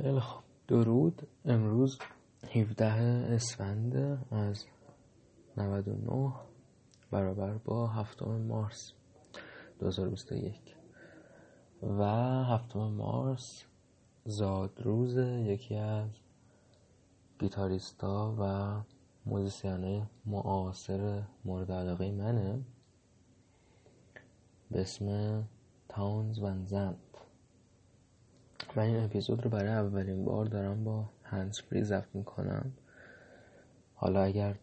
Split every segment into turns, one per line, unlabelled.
خیلی خوب، درود. امروز 17 اسفند از 99 برابر با 7 مارس 2021 و 7 مارس زادروز یکی از گیتاریستا و موزیسین معاصر مورد علاقه منه به اسم تاونز ون زند. من این اپیزود رو برای اولین بار دارم با هندز فری ضبط میکنم. حالا اگر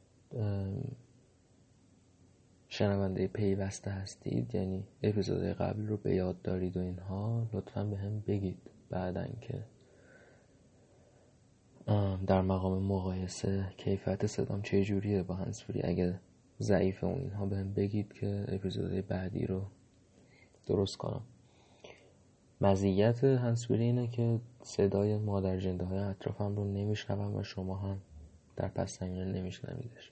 شنونده پیوسته هستید، یعنی اپیزودهای قبل رو به یاد دارید و اینها، لطفاً به هم بگید بعدن که در مقام مقایسه کیفیت صدام چه جوریه با هندز فری. اگر ضعیفه اون اینها به هم بگید که اپیزودهای بعدی رو درست کنم. مزیت هندز فری اینه که صدای مادر جنده های اطرافم رو نمیشنوم و شما هم در پس زمینه نمیشنویدش.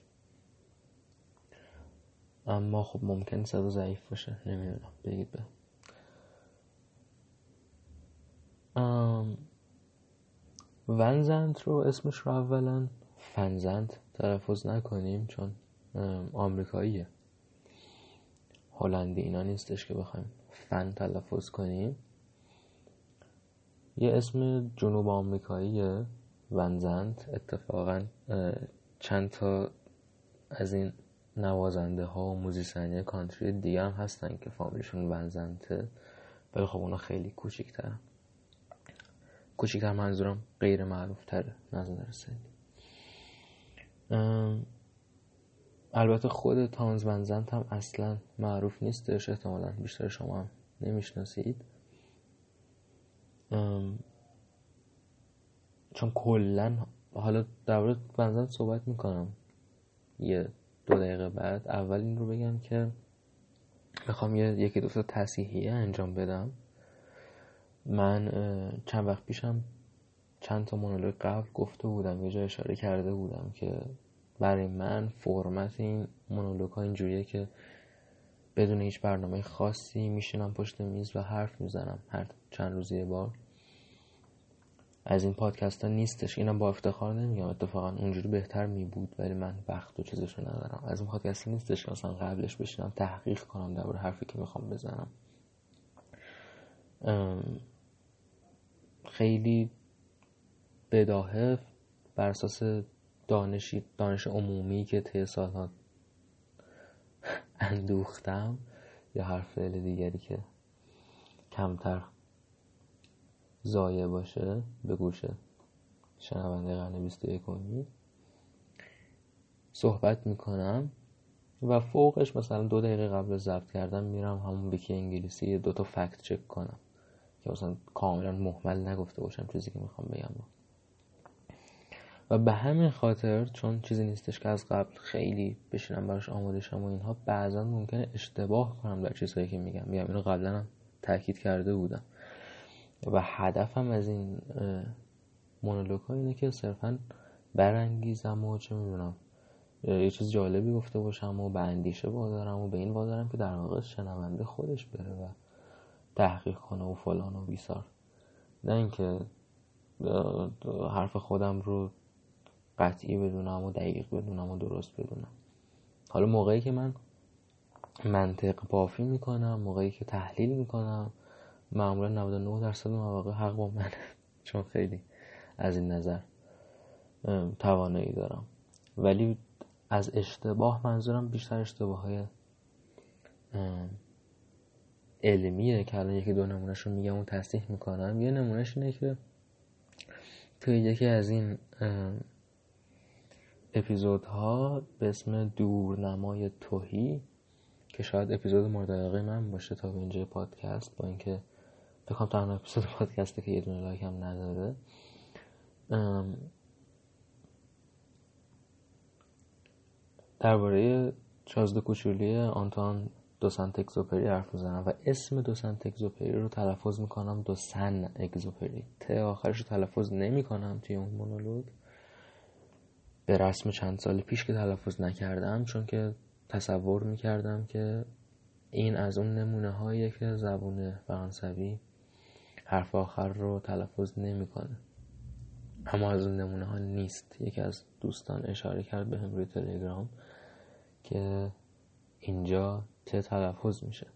اما خب ممکن صدا ضعیف باشه، نمیدونم، بگید به. ونزند رو اسمش رو اولا فنزند تلفظ نکنیم چون آمریکاییه، هلندی اینا نیستش که بخوایم فن تلفظ کنیم. یه اسم جنوب آمریکاییه ونزند. اتفاقا چند تا از این نوازنده ها و موزیسین کانتری دیگه هم هستن که فامیلشون ونزنده، ولی خب اونا خیلی کوچیک‌تر منظورم غیر معروف تره نظر سنی. البته خود تاونز ون زند هم اصلا معروف نیستش، احتمالاً بیشتر شما هم نمیشناسید، چون کلن حالا در مورد ون زند صحبت میکنم یه 2 دقیقه بعد. اول این رو بگم که میخوام یکی دو تا تصحیحیه انجام بدم. من چند وقت پیشم چند تا مونولوگ قبل گفته بودم، یه جا اشاره کرده بودم که برای من فرمت این مونولوگ ها اینجوریه که بدون هیچ برنامه خاصی میشینم پشت میز و حرف میزنم هر چند روز یه بار. از این پادکست ها نیستش، اینم با افتخار نمیگم، اتفاقا اونجوری بهتر میبود، ولی من وقت و چیزشو ندارم. از این پادکست نیستش که مثلا قبلش بشینم تحقیق کنم درباره حرفی که میخوام بزنم. خیلی بداهه بر اساس دانش عمومی که طی سالها اندوختم، یا هر فعل دیگری که کمتر ضایع باشه به گوش شنونده قرن 21 صحبت میکنم و فوقش مثلا 2 دقیقه قبل ضبط کردن میرم همون ویکی انگلیسی 2 تا فکت چک کنم که مثلا کاملا مهمل نگفته باشم چیزی که میخوام بگم. و به همین خاطر چون چیزی نیستش که از قبل خیلی بشینم براش آماده شم و اینها، بعضا ممکنه اشتباه کنم در چیزهایی که میگم اینو قبلا هم تاکید کرده بودم. و هدفم از این مونولوگ ها اینه که صرفا برانگیزم و چه میدونم یه چیز جالبی گفته باشم و به اندیشه وادارم و به این وادارم که در واقع شنونده خودش بره و تحقیق کنه و فلان و بیسار، نه اینکه حرف خودم رو قطعی بدونم و دقیق بدونم و درست بدونم. حالا موقعی که من منطق بافی میکنم، موقعی که تحلیل میکنم، معمولا 99% مواقع حق با منه چون خیلی از این نظر توانایی دارم. ولی از اشتباه منظورم بیشتر اشتباه های علمیه که الان 1-2 نمونهش رو میگم و تصحیح میکنم. یه نمونهش اینه که توی یکی از این اپیزودها به اسم دورنمای تهی که شاید اپیزود مورد علاقه من باشه تا به اینجای پادکست، با اینکه فکر کنم تنها اپیزود پادکسته که یه دونه لایک هم نداره، درباره شازده کوچولی آنتوان دو سنت اگزوپری حرف میزنم و اسم دو سنت اگزوپری رو تلفظ میکنم دو سن اگزوپری. ته آخرش رو تلفظ نمیکنم توی اون مونولوگ به رسم چند سال پیش که تلفظ نکردم، چون که تصور میکردم که این از اون نمونه هاییه که زبون فرانسوی حرف آخر رو تلفظ نمیکنه. اما از اون نمونه ها نیست. یکی از دوستان اشاره کرد به هم روی تلگرام که اینجا ت تلفظ میشه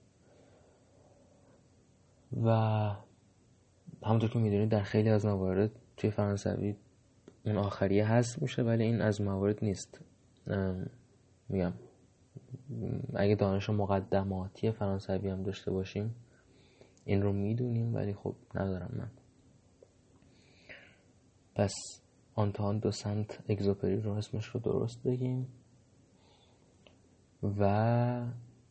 و همونطور که میدونید در خیلی از موارد توی فرانسوی اون آخریه حذف میشه، ولی این از موارد نیست. میگم اگه دانش مقدماتی فرانسوی هم داشته باشیم این رو میدونیم، ولی خب ندارم من. پس آنتوان دو سنت اگزوپری رو اسمش رو درست بگیم. و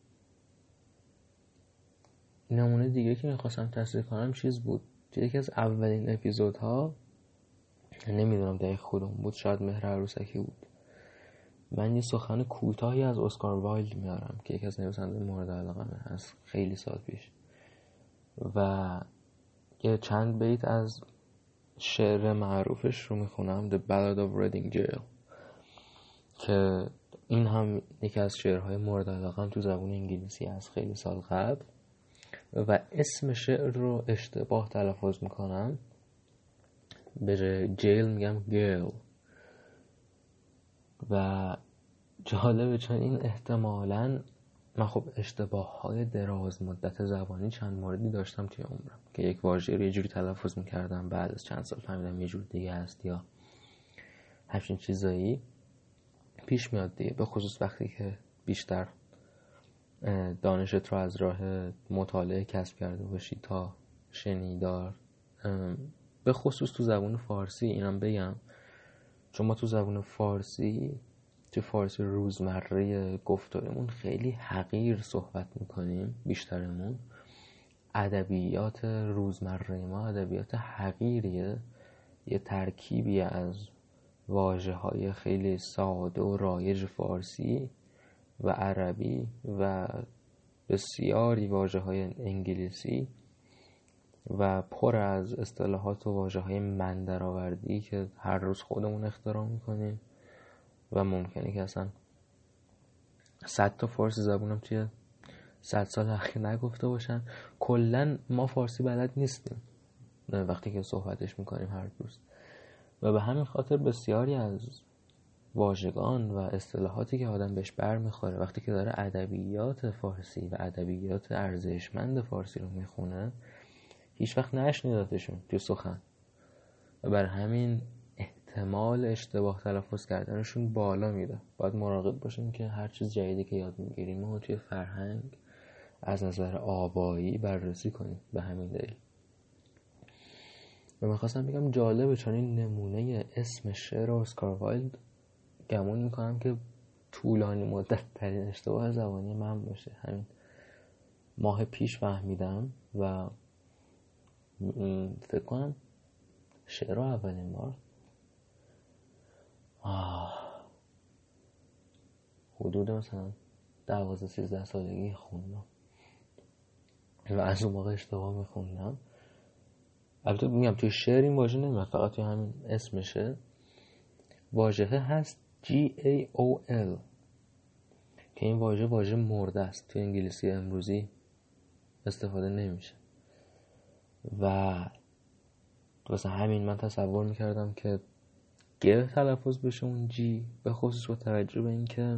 نمونه دیگه که میخواستم تصریح کنم چیز بود، یکی از اولین اپیزودها، نمیدونم دقیق کدوم بود، شاید مهر عروسکی بود، من یه سخن کوتاهی از اسکار وایلد میارم که یکی از نویسنده‌های مورد علاقه‌مه از خیلی سال پیش، و یه چند بیت از شعر معروفش رو میخونم، The Ballad of Reading Gaol، که این هم یکی از شعرهای مورد علاقه‌ام تو زبان انگلیسی از خیلی سال قبل و اسم شعر رو اشتباه تلفظ میکنم، به جای جیل میگم گیل. و جالبه چون این احتمالاً من خب اشتباه های دراز مدت زبانی چند موردی داشتم توی عمرم که یک واژه رو یه جوری تلفظ میکردم، بعد از چند سال فهمیدم یه جور دیگه هست یا همچین چیزایی پیش میاد دیگه، به خصوص وقتی که بیشتر دانشت رو از راه مطالعه کسب کرده باشی تا شنیدار. به خصوص تو زبان فارسی اینم بگم، چون ما تو زبان فارسی، تو فارسی روزمره گفتارمون خیلی حقیر صحبت میکنیم، بیشترمون. ادبیات روزمره ما ادبیات حقیریه، یه ترکیبی از واژه‌های خیلی ساده و رایج فارسی و عربی و بسیاری واژه‌های انگلیسی و پر از اصطلاحات و واژه‌های من درآوردی که هر روز خودمون اختراع میکنیم و ممکنه که اصلا 100 تا فارسی زبونم توی 100 سال اخیر نگفته باشن. کلن ما فارسی بلد نیستیم وقتی که صحبتش میکنیم هر روز، و به همین خاطر بسیاری از واژگان و اصطلاحاتی که آدم بهش بر میخوره وقتی که داره ادبیات فارسی و ادبیات ارزشمند فارسی رو میخونه هیچ وقت نشنیدتشون توی سخن، و بر همین احتمال اشتباه تلفظ کردنشون بالا میره. باید مراقب باشیم که هر چیز جدیدی که یاد میگیریم و توی فرهنگ از نظر آوایی بررسی کنیم. به همین دلیل و میخواستم بگم جالبه چون این نمونه اسم شعر اسکار وایلد گمون میکنم که طولانی مدت ترین اشتباه زبانی من باشه. همین ماه پیش فهمیدم و فکر کنم شعر رو اولین بار حدود مثلا 12-13 سالگی خوندم و از اون موقع اشتباه میخوندم. البته میگم توی شعر این واژه نمیاد، فقط توی همین اسمشه واژه هست GAOL که این واژه مرده است، توی انگلیسی امروزی استفاده نمیشه و واسه همین من تصور میکردم که گه تلفظ بشه اون جی، به خصوص با توجه به این که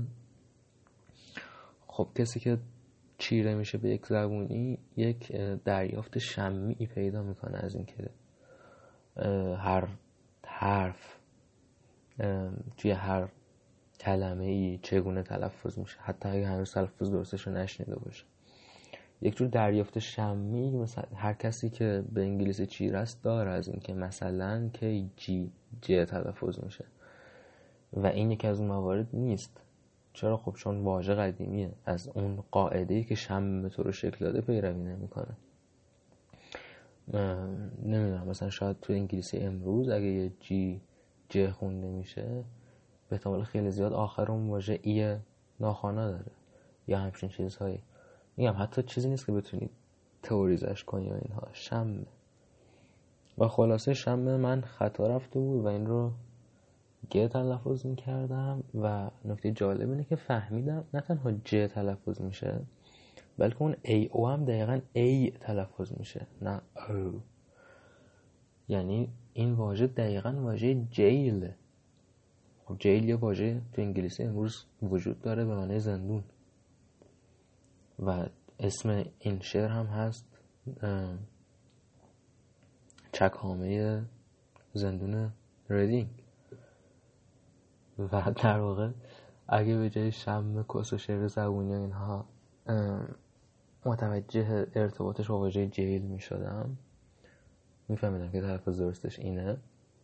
خب کسی که چیره میشه به یک زبونی یک دریافت شمعی پیدا میکنه از این که هر حرف توی هر کلمه ای چگونه تلفظ میشه، حتی اگه هنوز تلفظ درستش رو نشنیده باشه. یک جور دریافت شمعی مثلا هر کسی که به انگلیسی چیره است داره از این که مثلا که جی تلفظ میشه و این یکی از اون موارد نیست. چرا؟ خب چون واژه قدیمیه، از اون قاعده‌ای که شمع به طور شکل داده پیروی نمیکنه. نمیدونم مثلا شاید تو انگلیسی امروز اگه یه جی خونده میشه به احتمال خیلی زیاد آخر اون واژه ای ناخوانا داره یا همچین چیزهایی. میگم حتی چیزی نیست که بتونی تئوریزش کنی یا اینها، شمع. و خلاصه شمع من خطا رفته بود و این رو گه تلفظ میکردم و نکته جالب اینه که فهمیدم نه تنها ج تلفظ میشه بلکه اون ای او هم دقیقا ای تلفظ میشه، نه او. یعنی این واژه دقیقاً واژه جیله. خب جیل یه واژه تو انگلیسی امروز وجود داره به معنی زندون و اسم این شعر هم هست چکامه زندون ریدینگ. و در واقع اگه به جای شم کس و شعر زبونی اینها متوجه ارتباطش با واژه جیل می شدم، می فهمیدم که تلفظ درستش اینه.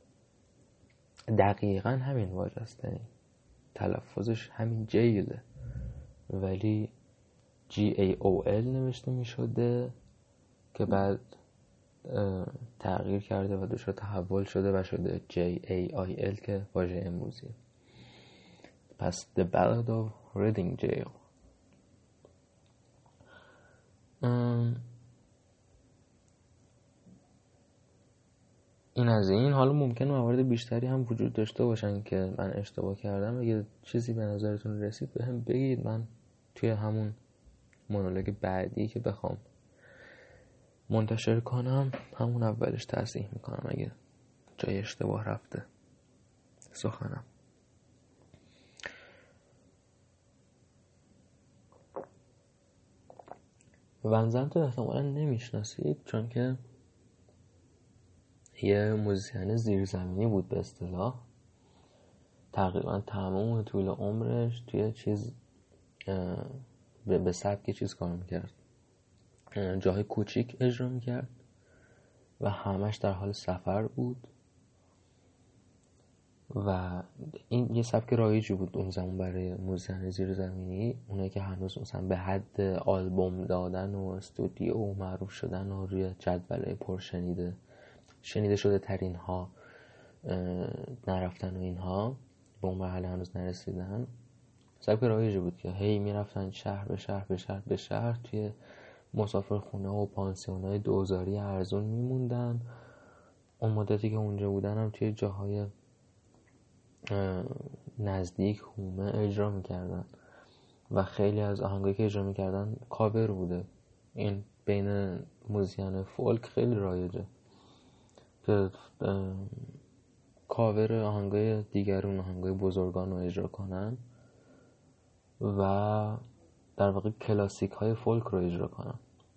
دقیقا همین واژه است، یعنی تلفظش همین جیله ولی GAOL نوشته می شده که بعد تغییر کرده و دچار تحول شده و شده JAIL که واژه امروزیه. پس The Ballad of Reading Jail. این از این. حالا ممکن موارد بیشتری هم وجود داشته باشن که من اشتباه کردم. اگه چیزی به نظرتون رسید به هم بگید، من توی همون مونولوگ بعدی که بخوام منتشر کنم همون اولش تصحیح میکنم اگه جای اشتباه رفته سخنم. ونزنت رو احتمالا نمیشناسید چون که یه موزیسین زیرزمینی بود به اصطلاح. تقریبا تمام طول عمرش توی چیز به سبک چیز کار میکرد، جاهای کوچیک اجرا میکرد و همش در حال سفر بود و این یه سبک رایجی بود اون زمان برای موزیسین زیرزمینی. اونایی که هنوز مثلا به حد آلبوم دادن و استودیو و معروف شدن و روی جدول شنیده شده ترین ها نرفتن و اینها به اون مرحله هنوز نرسیدن. سبک رایجی بود که هی میرفتن شهر به شهر به شهر به شهر، توی مسافرخونه و پانسیونای دوزاری ارزون میموندن. اون مدتی که اونجا بودن هم توی جاهای نزدیک هومه اجرا میکردن و خیلی از آهنگایی که اجرا میکردن کاور بوده. این بین موزیسین فولک خیلی رایجه که کاور آهنگای دیگرون، آهنگای بزرگان رو اجرا کنن و در واقع کلاسیک های فولک رو اجرا کنن.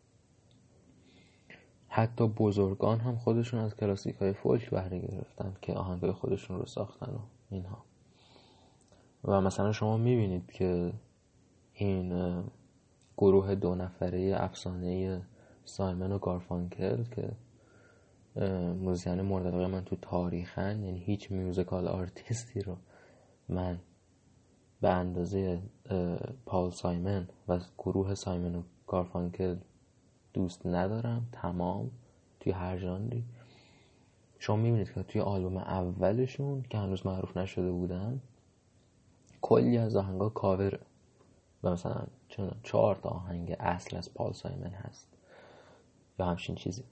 حتی بزرگان هم خودشون از کلاسیک های فولک بهره گرفتن که آهنگای خودشون رو ساختن و اینها. و مثلا شما میبینید که این گروه 2 نفره افسانه سایمن و گارفانکل که موزیسین مورد علاقه من تو تاریخن، یعنی هیچ میوزیکال آرتیستی رو من به اندازه پال سایمن و گروه سایمن و گارفانکل دوست ندارم، تمام توی هر ژانری. شما میبینید که توی آلبوم اولشون که هنوز معروف نشده بودن کلی از آهنگا کاوره و مثلا 4 تا آهنگ اصل از پال سایمن هست یا همچین چیزی.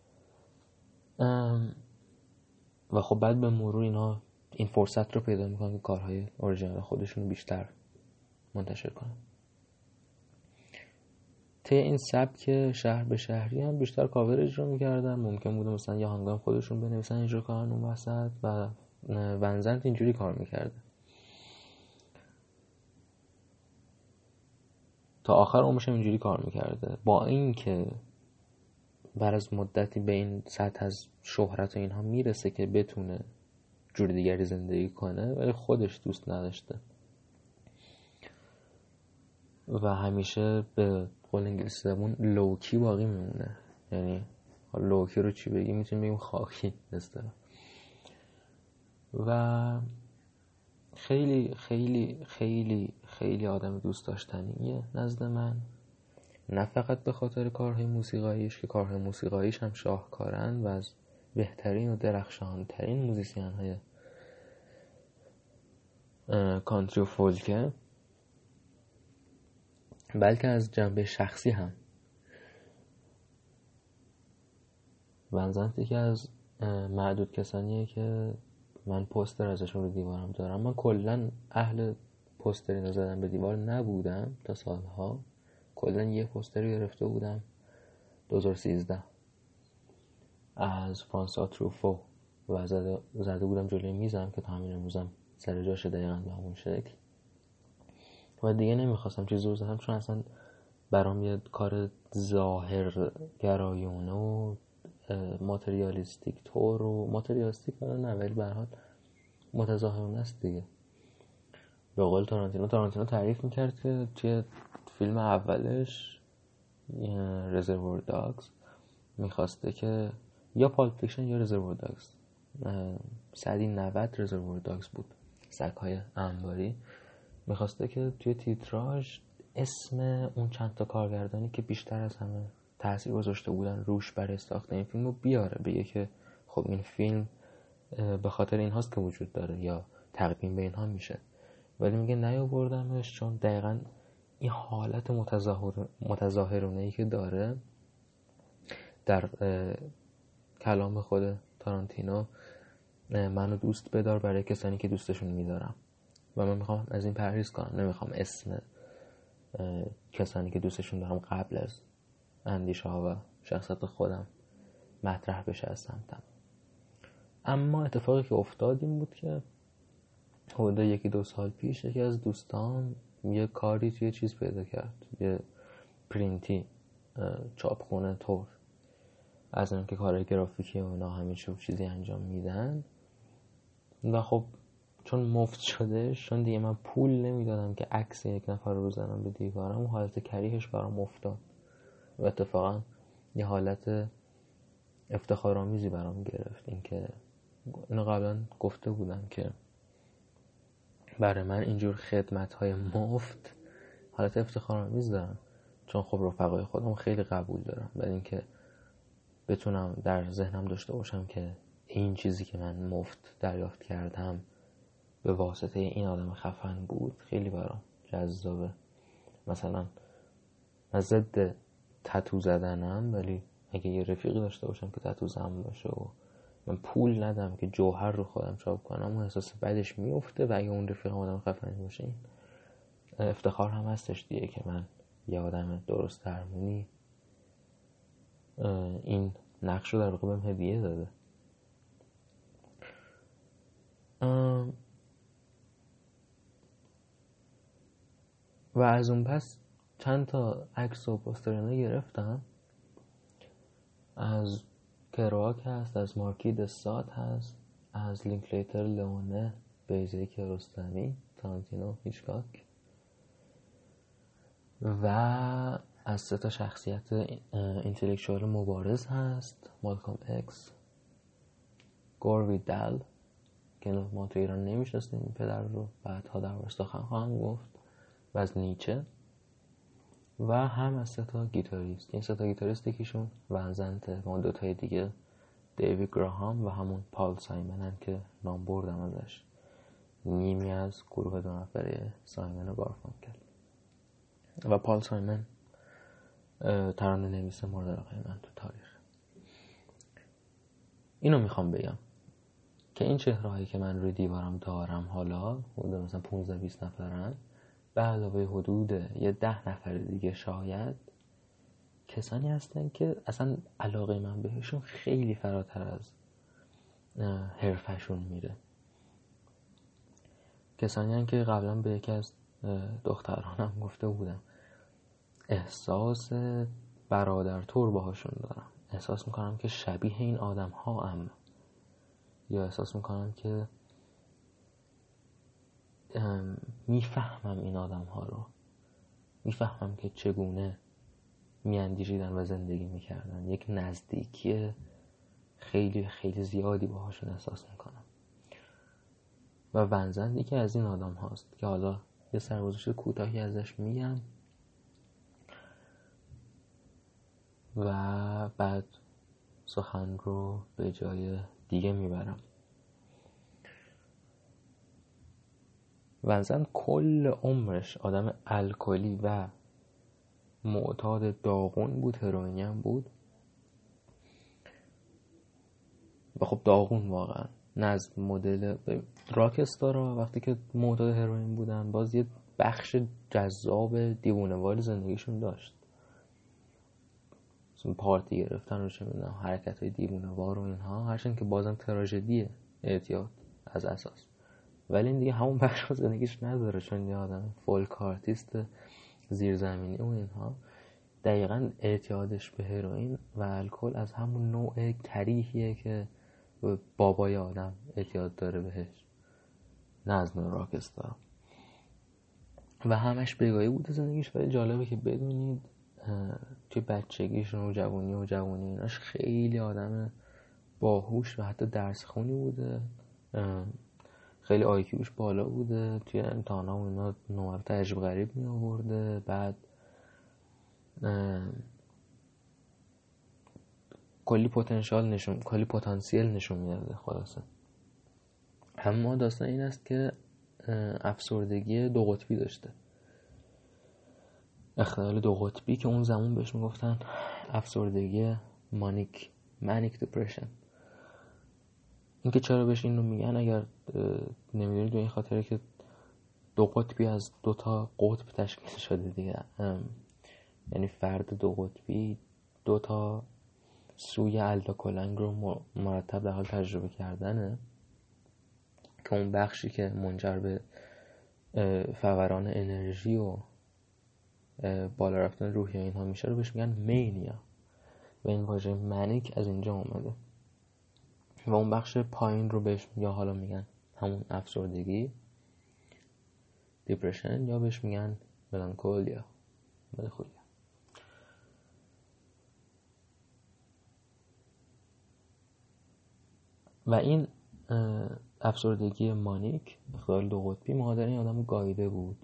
و خب بعد به مرور اینا این فرصت رو پیدا میکنن که کارهای اوریجینال خودشون رو بیشتر منتشر کنن. طی این سبک شهر به شهری هم بیشتر کاور اجرا میکردن. ممکن بوده مثلا یه آهنگ خودشون بنویسن اجرا کنن اون وسط و ونزنت اینجوری کار میکرده. تا آخر عمرش اینجوری کار میکرده، با اینکه بعد از مدتی به این سطح از شهرت و اینها میرسه که بتونه جور دیگری زندگی کنه ولی خودش دوست نداشته و همیشه به قول انگلیسی زبون لوکی باقی میمونه. یعنی لوکی رو چی بگیم؟ میتونیم بگیم خاکی استرا. و خیلی خیلی خیلی خیلی آدم دوست داشتنیه نزد من، نه فقط به خاطر کارهای موسیقاییش که کارهای موسیقاییش هم شاهکارن و از بهترین و درخشانترین موزیسین های کانتری و فولکه، بلکه از جنبه شخصی هم. ونزنت یکی از معدود کسانیه که من پوستر ازشون رو دیوارم دارم. من کلن اهل پوستری نزدن به دیوار نبودم تا سالها. کلن یه پوستری گرفته بودم 2013 از فرانسوا تروفو و زده بودم جلوی میزم که تا همین امروزم سر جاشه دقیقا به همون شکل و دیگه نمیخواستم چیزی رو بزنم، چون اصلا برام یه کار ظاهر گرایونه و ماتریالیستیک طور و ماتریالیستیک نه ولی به هر حال متظاهرانه است دیگه. به قول تارانتینو تعریف میکرد که توی فیلم اولش رزروار داگز میخواسته که یا پالپ فیکشن یا رزروار داگز 190 رزروار داگز بود، سگ‌های انباری، میخواسته که توی تیتراژ اسم اون چند تا کارگردانی که بیشتر از همه تأثیر گذاشته بودن روش برای ساخت این فیلم رو بیاره، بگه که خب این فیلم به خاطر این هاست که وجود داره یا تقدیم به اینها میشه. ولی میگه نیاوردمش چون دقیقا این حالت متظاهرونه‌ای که داره در کلام خود تارانتینو، منو دوست بدار برای کسانی که دوستشون میدارم، و من میخوام از این پرهیز کنم، نمیخوام اسم کسانی که دوستشون دارم قبل از اندیشه ها و شخصیت خودم مطرح بشه از سمتم. اما اتفاقی که افتاد این بود که حدود 1-2 سال پیش یکی از دوستان یه کاری توی چیز پیدا کرد، یه پرینتی چاپخونه طور، از اون که کارهای گرافیکی و اینا همیشه چیزی انجام میدن و خب چون مفت شده، چون دیگه من پول نمیدادم که عکس یک نفر رو بزنم به دیوارم، و حالت کریهش برام افتاد و اتفاقا یه حالت افتخارآمیزی برام گرفت. این که اینو قبلا گفته بودم که برای من اینجور خدمت‌های مفت حالت افتخارآمیز دارن، چون خب رفقای خودم خیلی قبول دارم، ولی اینکه بتونم در ذهنم داشته باشم که این چیزی که من مفت دریافت کردم به واسطه این آدم خفن بود، خیلی برام جذابه. مثلا من ضد تتو زدنم، ولی اگه یه رفیقی داشته باشم که تتو زن باشه و من پول ندم که جوهر رو خودم چاپ کنم، و احساس بعدش میفته، و اگه اون رفیقم آدم خفنی باشه، این افتخار هم هستش دیگه که من یه آدم درست درمونی این نقش رو در واقع بهم هدیه داده. و از اون پس چند تا عکس و پوستر گرفتم، از کراک هست، از مارکی دسات هست، از لینکلیتر لئونه، بیزیک رستمی، تارانتینو، هیچکاک، و از 3 تا شخصیت اینتלקچوال مبارز هست، مالکوم اکس، گور ویدال که ما تو ایران نمیشناسیم این پدر رو، بعدها در ورش سخن خواهم گفت، و از نیچه، و هم از 3 تا گیتاریست. این 3 تا گیتاریست یکیشون ونزنته و اون 2 تای دیگه دیوید گراهام و همون پال سایمنن که نام بردم ازش، نیمی از گروه 2 نفره سایمن و گارفانکل. و پال سایمن ترانه نویس مورد علاقه من تو تاریخ. اینو میخوام بگم که این چهرهایی که من روی دیوارم دارم حالا حدود مثلا 15-20 نفرن، به علاوه حدود یه 10 نفر دیگه شاید، کسانی هستن که اصلا علاقه من بهشون خیلی فراتر از حرفشون میره. کسانی هستن که قبلا به یکی از دخترانم گفته بودم احساس برادرطور باهاشون دارم، احساس میکنم که شبیه این آدم ها ام، یا احساس میکنم که میفهمم این آدم ها رو، میفهمم که چگونه میاندیشیدن و زندگی میکردن، یک نزدیکی خیلی خیلی زیادی باهاشون احساس میکنم. و ونزند یکی از این آدم هاست که حالا یه سرگذشت کوتاهی ازش میگم و بعد سخن رو به جای دیگه میبرم. ونزند کل عمرش آدم الکلی و معتاد داغون بود، هروئینی هم بود، و خب داغون واقعا، نه از مدل راکستارا وقتی که معتاد هروئین بودن باز یه بخش جذاب دیوونه‌وار زندگیشون داشت. پارتی گرفتن و چه میدونم حرکت های دیوونه وار و اینها، هرچند که بازم تراژدیه اعتیاد از اساس، ولی این دیگه همون بخش از زندگیش نداره، چون یه آدم فولک آرتیست زیرزمینی و اینها. دقیقاً اعتیادش به هروئین و الکل از همون نوع کریهیه که بابای آدم اعتیاد داره بهش، نه از نوع راکستار. و همش بگاهی بوده زندگیش. ولی جالبه که بدونید توی بچگیش و جوانی ایناش خیلی آدم باهوش و حتی درس خونی بوده، خیلی آیکیوش بالا بوده، توی امتحانا و اینا نمرات عجیب غریب می آورده، بعد کلی پتانسیل نشون میداده. خلاصه اما داستان این است که افسردگی 2 قطبی داشته، اختلال 2 قطبی که اون زمان بهش میگفتن افسردگی مانیک دپرشن. این که چرا بهش این رو میگن اگر نمیدونید، به این خاطره که 2 قطبی از 2 تا قطب تشکیل شده دیگه، یعنی فرد 2 قطبی 2 تا سوی الدوکلنگ رو مرتب در حال تجربه کردنه، که اون بخشی که منجر به فوران انرژی و بالا رفتن روحی اینها میشه رو بهش میگن مینیا، و این واژه منیک از اینجا اومده. و اون بخش پایین رو بهش یا حالا میگن همون افسردگی دیپرشن، یا بهش میگن ملانکولیا. و این افسردگی مانیک، اختلال 2 قطبی، مادر این آدمو گاییده بود.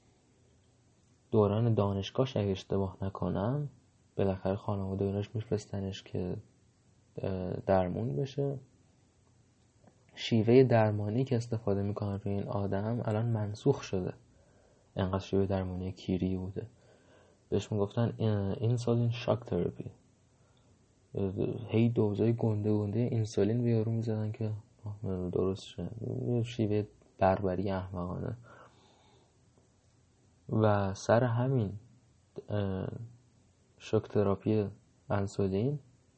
دوران دانشگاهش اگه اشتباه نکنم بالاخره خانواده ایناش میفرستنش که درمون بشه. شیوه درمانی که استفاده میکنن روی این آدم الان منسوخ شده، اینقدر شیوه درمانی کیری بوده. بهش میگفتن اینسولین شاک تراپی، هی دوزای گنده اینسولین به یارو میزدن که درست شه. شیوه بربری احمقانه. و سر همین شوک تراپی انسولین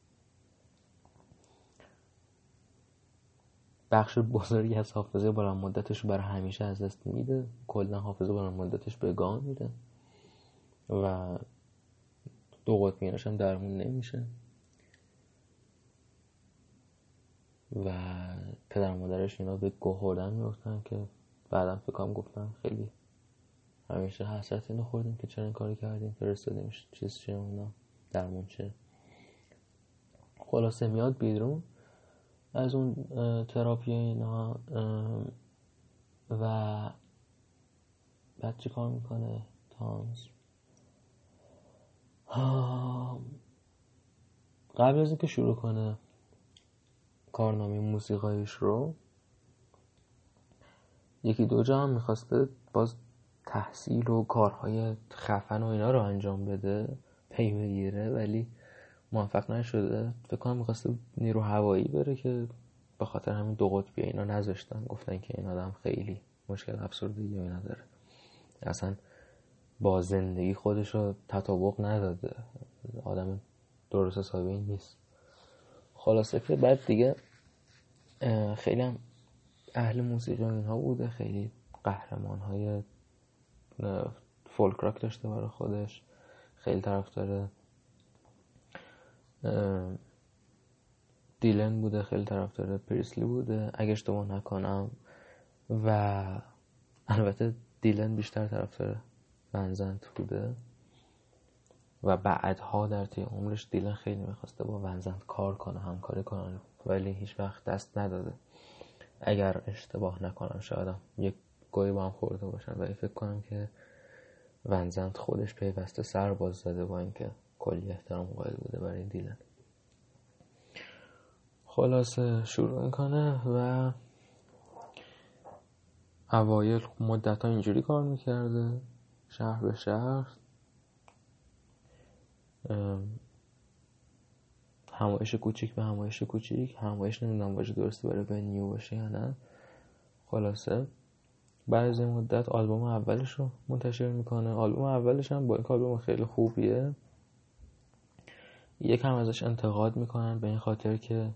بخش بزرگی از حافظه بلند مدتش رو برای همیشه از دست میده، کلا حافظه بلند مدتش به گام میره و 2 قطبیناش هم درمون نمیشه. و پدر مادرش اینا به گوه خوردن میفتن که بعدم فکرم گفتن خیلی همیشه حسرت اینو خوردیم که چرا این کاری کردیم، فرستادیمش چیز چه اونا درمون چه. خلاصه میاد بیرون از اون تراپی اینا و بعد چی کار میکنه تامز؟ قبل از اینکه شروع کنه کارنامه موسیقایش رو 1-2 جا هم میخواسته باز تحصیل و کارهای خفن و اینا رو انجام بده، پی بگیره، ولی موفق نشده. فکر کنم میخواسته نیرو هوایی بره که به خاطر همین 2 قطبی اینا نذاشتن، گفتن که این آدم خیلی مشکل افسردگی و اینا داره، اصلا با زندگی خودش رو تطابق نداده، آدم درست حسابی نیست. خلاصه که بعد دیگه خیلی هم اهل موسیقی و اینها بوده، خیلی قهرمان‌های فولک راک داشته برای خودش، خیلی طرفدار دیلن بوده، خیلی طرفدار پریسلی بوده اگه اشتباه نکنم، و البته دیلن بیشتر طرفدار ونزنت بوده و بعدها در طی عمرش دیلن خیلی میخواسته با ونزنت کار کنه، همکاری کنه، ولی هیچ وقت دست نداده. اگر اشتباه نکنم شاید یک گویی با هم خورده باشن، ولی فکر کنم که ونزنت خودش پیوسته سر باز زده با اینکه کلی احترام قائل بوده برای دیلن. خلاصه شروع میکنه و اوایل مدت ها اینجوری کار میکرده، شهر به شهر همایش کوچیک به همایش کوچیک، همایش نمیدونم واژه درستی برای ونیو باشه یا نه. خلاصه بعد از این مدت آلبوم اولش رو منتشر میکنه. آلبوم اولش هم با این آلبوم خیلی خوبیه یکم ازش انتقاد میکنن به این خاطر که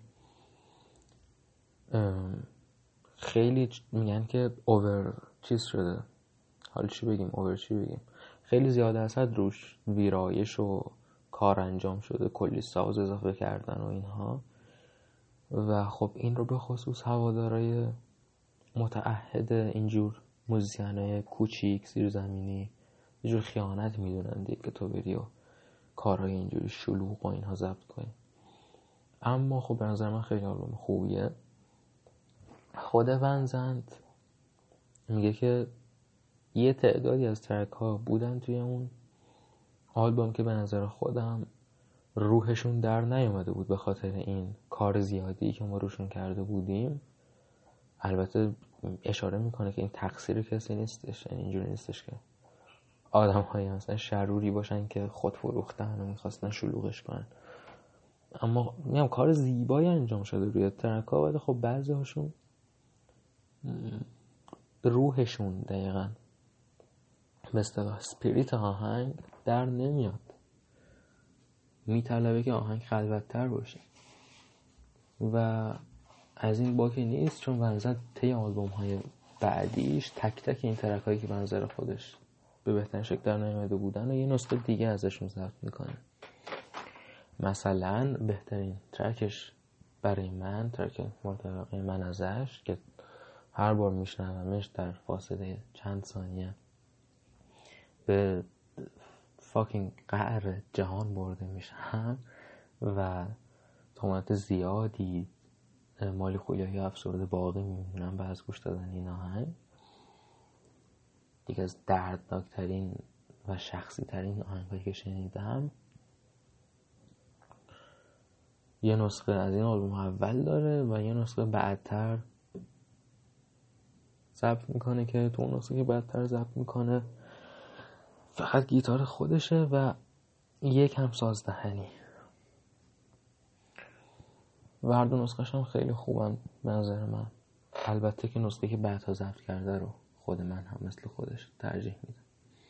خیلی میگن که اوور چیز شده، حالا چی بگیم، اوور چی بگیم، خیلی زیاده درصد روش ویرایش و کار انجام شده، کلی ساز اضافه کردن و اینها. و خب این رو به خصوص هوادارای متعهد اینجور موزیسینای کوچیک زیرزمینی یه جور خیانت میدونن دیگه که تو بری و کارهای اینجوری شلوغ و اینها ضبط کنی. اما خب به نظر من خیلی آلبوم خوبیه. خود ونزنت میگه که یه تعدادی از ترک ها بودن توی اون آلبوم که به نظر خودم روحشون در نیومده بود به خاطر این کار زیادی که ما روشون کرده بودیم. البته اشاره میکنه که این تقصیر کسی نیستش، یعنی اینجوری نیستش که آدم هایی مثلا شروری باشن که خود فروختن و میخواستن شلوغش کنن. اما میگم کار زیبایی انجام شده روی ترک ها، ولی خب بعضی هاشون روحشون دقیقاً به اصطلاح سپریت آهنگ در نمیاد، میطلبه که آهنگ خلوت‌تر باشه و از این باکی نیست، چون ونزنت طی آلبوم‌های بعدیش تک تک این ترکایی که به نظر خودش به بهترین شکل در نیامده بودن و یه نسخه دیگه ازشون ضبط میکنه. مثلا بهترین ترکش برای من ترک مورد علاقه من ازش که هر بار میشنومش در فاصله چند ثانیه به فاکینگ قعر جهان برده میشم و تومت زیادی مالی خولیایی افسرده باقی میمونم به از گوش دادن این آهنگ. دیگه از دردناکترین و شخصی ترین آهنگایی که شنیدم. یه نسخه از این آلبوم اول داره و یه نسخه بعدتر ضبط میکنه که تو اون نسخه که بعدتر ضبط میکنه فقط گیتار خودشه و یک هم ساز دهنی و هر دو نسخه‌ش هم خیلی خوبن به نظر من. البته که نسخه که بعدها ضبط کرده رو خود من هم مثل خودش ترجیح میدم.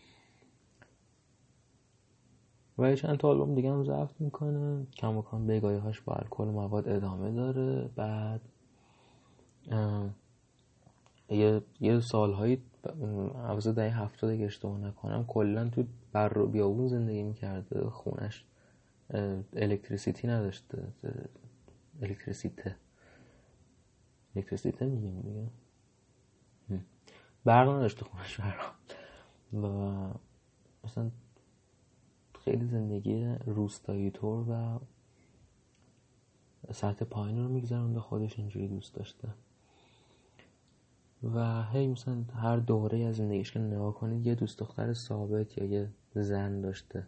و چند تا آلبوم دیگه هم ضبط میکنه، کم و کم بگاهی‌هاش با الکل و مواد ادامه داره. بعد یه سالهایی عوض دهه 70 اگه اشتباه نکنم کلا تو بر و بیابون زندگی میکرده، خونش الکتریسیتی نداشته، الکتریسیته میگیم دیگه، برق نداشته خونش و مثلا خیلی زندگی روستایی طور و سطح پایین رو میگذرونده، خودش اینجوری دوست داشته و هی مثلا هر دوره از زندگیش که نگاه کنید یه دوست دختر ثابت یا یه زن داشته،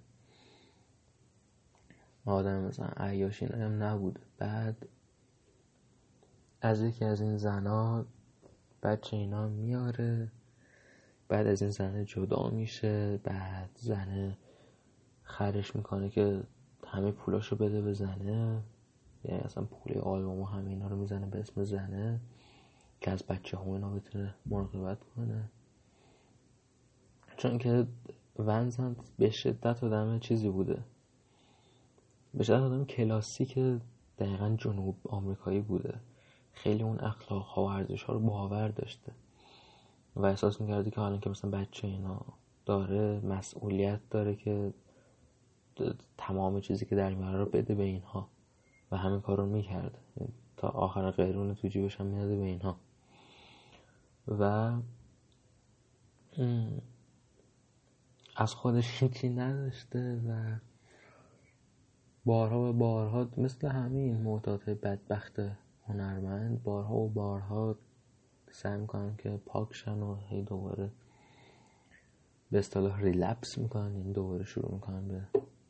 آدم مثلا عیاشی هم نبود. بعد از یکی از این زنها بچه اینا میاره، بعد از این زنه جدا میشه، بعد زنه خرش میکنه که همه پولاشو بده به زنه، یعنی اصلا پول آلبوم و همه اینا رو میزنه به اسم زنه که از بچه هم اینا بتونه مراقبت کنه. چون که ونزنت به شدت آدم چیزی بوده، به شدت آدم کلاسیک دقیقا جنوب آمریکایی بوده، خیلی اون اخلاق ها و ارزش ها رو باور داشته و احساس میکرده که حالا که مثلا بچه اینا داره مسئولیت داره که تمام چیزی که در میاره رو بده به اینها و همین کار رو میکرده تا آخر قیرون تو جیبش هم میاده به اینها و از خودش هیچی نداشته و بارها و بارها مثل همین معتاد بدبخت هنرمند بارها و بارها سعی میکنن که پاکشن و هی دوباره به اصطلاح ریلپس میکنن، این دوباره شروع میکنن به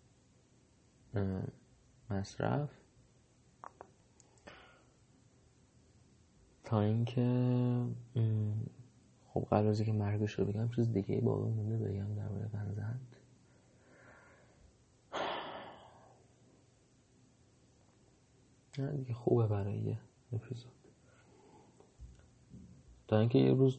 مصرف تا اینکه خب قبل از اینکه مرگش رو بگم چیز دیگه باقی مونده بگم در مورد ونزنت. نه دیگه خوبه برای یه اپیزود. تا اینکه یه روز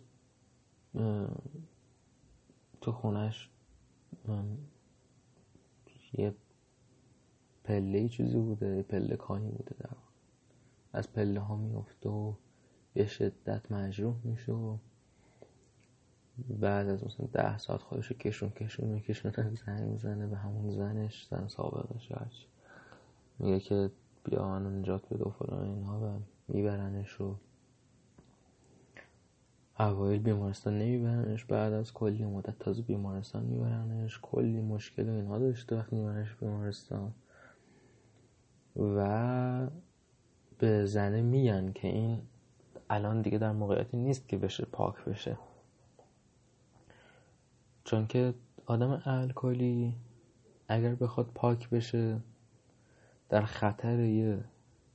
تو خونش یه پله چیزی بوده، پله کاهی بوده، در از پله ها میفته و به شدت مجروح میشه و بعد از مثلا 10 ساعت خودشو کشون زنگ میزنه به همون زنش، زن سابقش هرچی، میگه که بیا منو نجات بده و فلان اینها و میبرنش و اوایل بیمارستان نمیبرنش، بعد از کلی مدت تازه بیمارستان میبرنش، کلی مشکل و اینها داشته وقتی میبرنش بیمارستان و به زنه میگن که این الان دیگه در موقعیتی نیست که بشه پاک بشه، چون که آدم الکلی اگر بخواد پاک بشه در خطر یه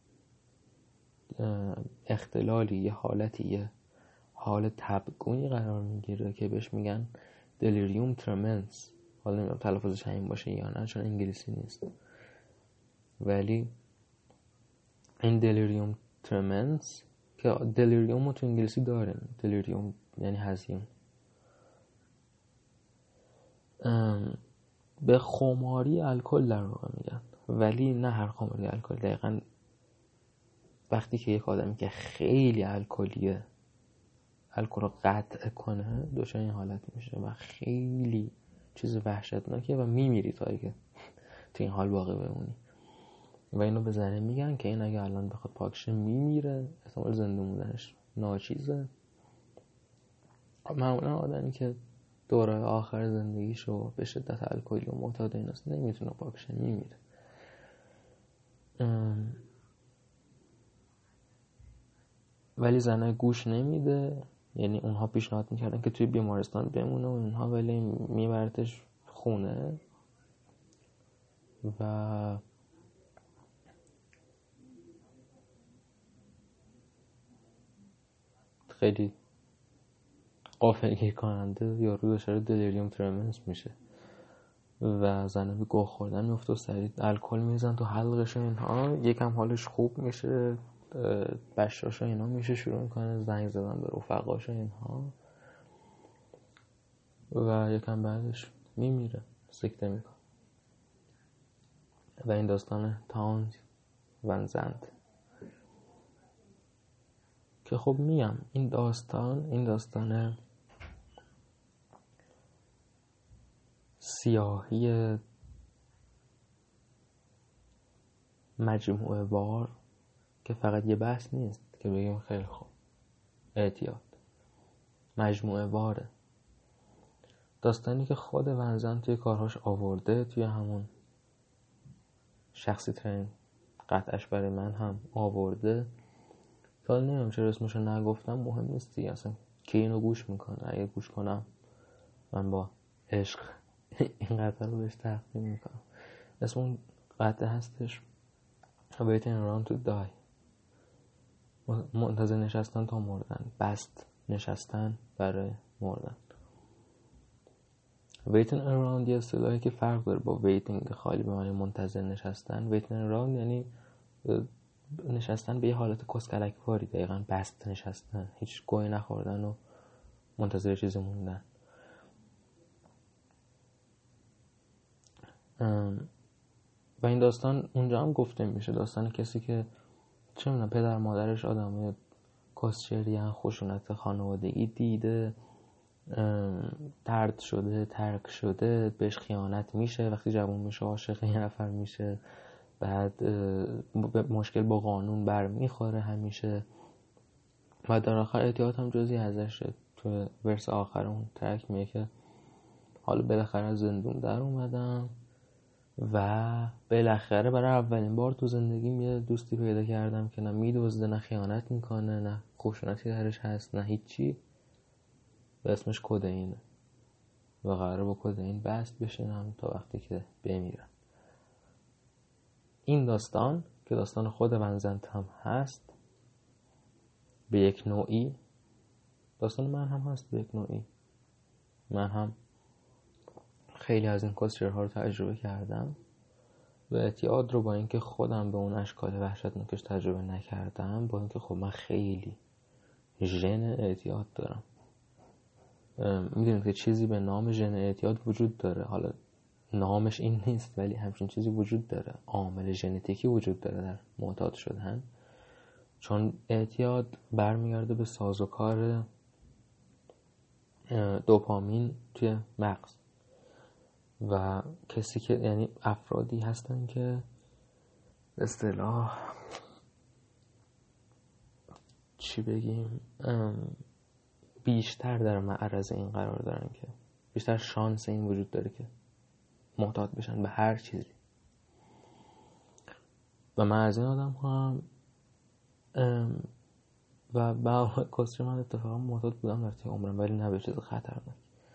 اختلالی، یه حالتی، یه حال تبگونی قرار میگیره که بهش میگن دلیریوم ترمنس. حالا نمیدونم تلفظش همین باشه یا نه چون انگلیسی نیست، ولی این دلیریوم ترمنس که دلیریوم رو تو انگلیسی داریم، دلیریوم یعنی هزیون، به خماری الکل در واقع میگن، ولی نه هر خماری الکل. دقیقاً وقتی که یک آدمی که خیلی الکلیه الکل رو قطع کنه دچار این حالت میشه و خیلی چیز وحشتناکه و میمیری تا اگه تو این حال باقی بمونی. و اینو به زنه میگن که این اگه الان بخواد پاکشه میمیره، احتمال زنده موندنش ناچیزه. معمولا آدمی که دوره آخر زندگیشو به شدت الکلی و معتاد ایناست نمیتونه پاکشه، میمیره. ولی زنه گوش نمیده، یعنی اونها پیشنهاد میکردن که توی بیمارستان بمونه و اینها، ولی میبرتش خونه و خیلی غافلگیر کننده یارو دچار دلیریوم ترمنس میشه و زنه به گوه خوردن میفته و سریع الکل میزن تو حلقش و اینها، یکم حالش خوب میشه، بشاش و اینا میشه، شروع میکنه زنگ زدن به رفقاش و اینها و یکم بعدش میمیره، سکته میکنه. و این داستان تاونز ون زند که خب میم این داستان سیاهی مجموعه وار که فقط یه بحث نیست که بگیم خیلی خوب اعتیاد، مجموعه واره، داستانی که خود ونزن توی کارهاش آورده، توی همون شخصی ترین قطعش برای من هم آورده. حالا نمیدونم چرا اسمشو نگفتم، مهم نیست دیگه، اصلا که اینو گوش میکنه، اگه گوش کنم من با عشق این قطعه رو بهش تقدیم میکنم. اسم اون قطعه هستش Waiting Around to Die، منتظر نشستن تا مردن، بست نشستن برای مردن. Waiting around یه اصطلاحی که فرق داره با waiting خالی به معنی منتظر نشستن. Waiting around یعنی نشستن به یه حالت کسکلکواری، دقیقاً بست نشستن، هیچ گوی نخوردن و منتظر چیزی موندن. و این داستان اونجا هم گفته میشه، داستان کسی که چه میدونم پدر مادرش آدم کسچریان، خشونت خانوادگی دیده، طرد شده، ترک شده، بهش خیانت میشه، وقتی جوان میشه عاشق یه نفر میشه، بعد مشکل با قانون برمیخوره همیشه و در آخر اعتیاد هم جزئی ازشه. تو ورس آخر اون ترک میگه که حالا بالاخره از زندون در اومدم و بالاخره برای اولین بار تو زندگیم یه دوستی پیدا کردم که نه میدزده، نه خیانت میکنه، نه خشونتی درش هست، نه هیچی، و اسمش کدئینه و قراره با کدئین بست بشینم تا وقتی که بمیرم. این داستان که داستان خود ونزنت هم هست به یک نوعی، داستان من هم هست به یک نوعی. من هم خیلی از این کسچرها رو تجربه کردم و اعتیاد رو با اینکه خودم به اون اشکال وحشتناکش تجربه نکردم، با اینکه خب من خیلی ژن اعتیاد دارم. میدونید که چیزی به نام ژن اعتیاد وجود داره، حالا نامش این نیست ولی همچین چیزی وجود داره، عامل ژنتیکی وجود داره در معتاد شدن. چون اعتیاد برمیگرده به سازوکار دوپامین توی مغز و کسی که یعنی افرادی هستن که به اصطلاح چی بگیم بیشتر در معرض این قرار دارن، که بیشتر شانس این وجود داره که معتاد بشن به هر چیزی. و من از این آدم هم و با کسچه من اتفاقا معتاد بودم در طی عمرم، ولی نه به چیز خطرناک.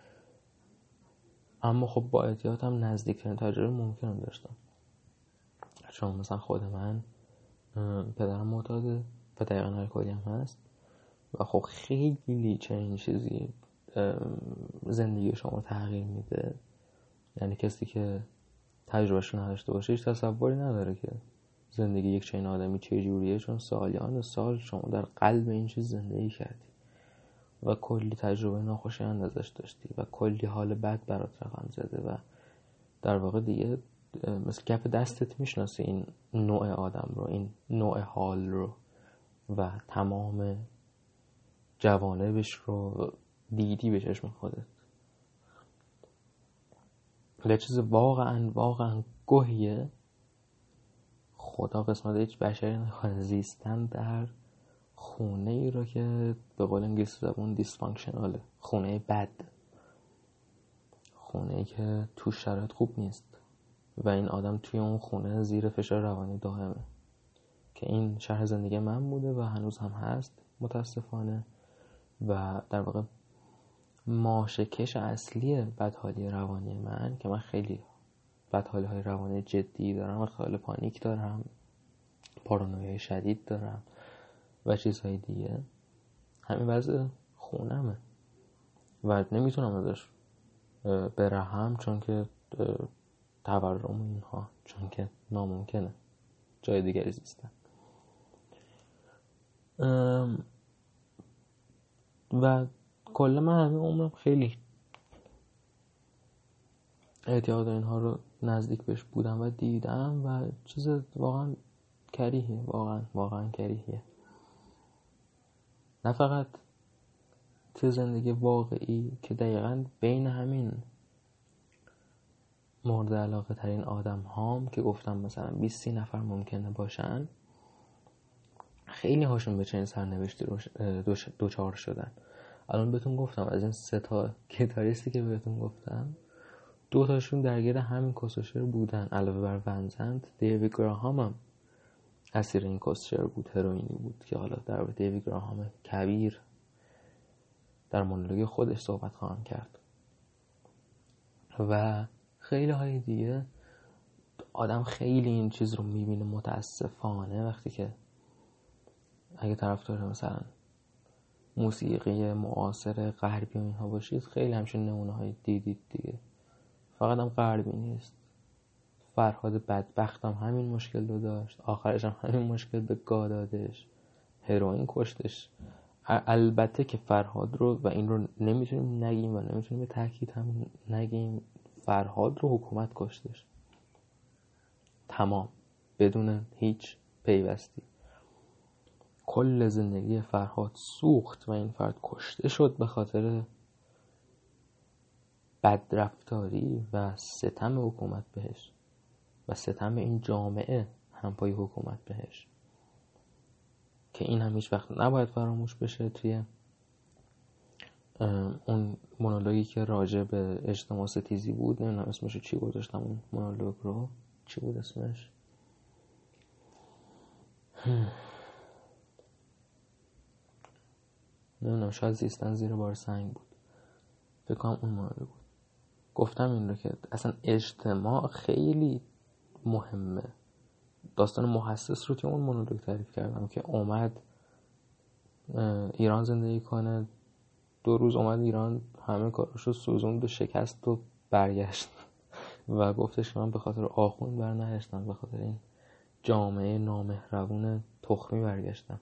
اما خب با اعتیاد هم نزدیکترین تجربه ممکنم داشتم، چون مثلا خود من پدرم معتاده و دقیقا الکلی هم هست و خب خیلی چنین چیزی زندگی شما تغییر میده. یعنی کسی که تجربهش نداشته باشه هیچ تصوری نداره که زندگی یک چنین آدمی چه جوریه، چون سالیان سال شما در قلب این چیز زندگی کردی و کلی تجربه ناخوشایند ازش داشتی و کلی حال بد برات رقم زده و در واقع دیگه مثل کف دستت میشناسی این نوع آدم رو، این نوع حال رو و تمام جوانبش رو دیدی به چشم خودت. یه چیز واقعا گوهیه. خدا قسمت هیچ بشری نکنه زیستن در خونه ای رو که به قول انگلیسی زبون دیسفانکشناله، خونه بد، خونه ای که تو شرایط خوب نیست و این آدم توی اون خونه زیر فشار روانی دائمه، که این شرح زندگی من بوده و هنوز هم هست متاسفانه. و در واقع ماشه‌کش اصلی بدحالی روانی من، که من خیلی بدحالی های روانی جدی دارم، اختلال پانیک دارم، پارانویای شدید دارم و چیزهای دیگه، همین وضع خونمه و نمیتونم ازش برهم، چون که تورم و اینها، چون که ناممکنه جای دیگری زیستن. و کلا من همین عمرم خیلی اعتیاد اینها رو نزدیک بهش بودم و دیدم و چیز واقعا کریهیه، واقعا کریهیه. نه فقط تو زندگی واقعی که دقیقاً بین همین مورد علاقه ترین آدم هام که گفتم مثلا 20-30 نفر ممکنه باشن، خیلی هاشون به چنین سرنوشتی دوچار شدن. الان بهتون گفتم از این 3 تا گیتاریستی که بهتون گفتم 2 تاشون درگیر همین کسوشر بودن. علاوه بر ونزنت، دیوید گراهام هم اسیر این کسوشر بود، هروئینی بود، که حالا در مورد دیوید گراهام کبیر در مونولوگ خودش صحبت خواهم کرد. و خیلی های دیگه. آدم خیلی این چیز رو میبینه متاسفانه وقتی که اگه طرفدار مثلا موسیقی معاصر غربی و اینها باشید، خیلی همچون نمونه های دیدید دیگه. فقط هم غربی نیست، فرهاد بدبخت هم همین مشکل رو داشت، آخرش هم همین مشکل به گا دادش، هروئین کشتش. البته که فرهاد رو، و این رو نمیتونیم نگیم و نمیتونیم به تاکید هم نگیم، فرهاد رو حکومت کشتش، تمام، بدون هیچ پیوستی. کل زندگی فرهاد سوخت و این فرد کشته شد به خاطر بدرفتاری و ستم حکومت بهش و ستم این جامعه همپای حکومت بهش، که این هم هیچ وقت نباید فراموش بشه. توی اون مونولوگی که راجع به اجتماع ستیزی بود، نمیدونم اسمشو چی گذاشتم، اون مونولوگ رو چی بود اسمش، نمیدونم، شاید زیستن زیر بار سنگ بود، فکر کنم اون مونولوگ بود. گفتم این رو که اصلا اجتماع خیلی مهمه. داستان محسس رو توی اون مونولوگ تعریف کردم که اومد ایران زندگی کنه، 2 روز اومد ایران، همه کاراشو سوزوند و شکست و برگشت و گفتش من به خاطر آخوند برنگشتم، به خاطر این جامعه نامهربون تخمی برگشتم.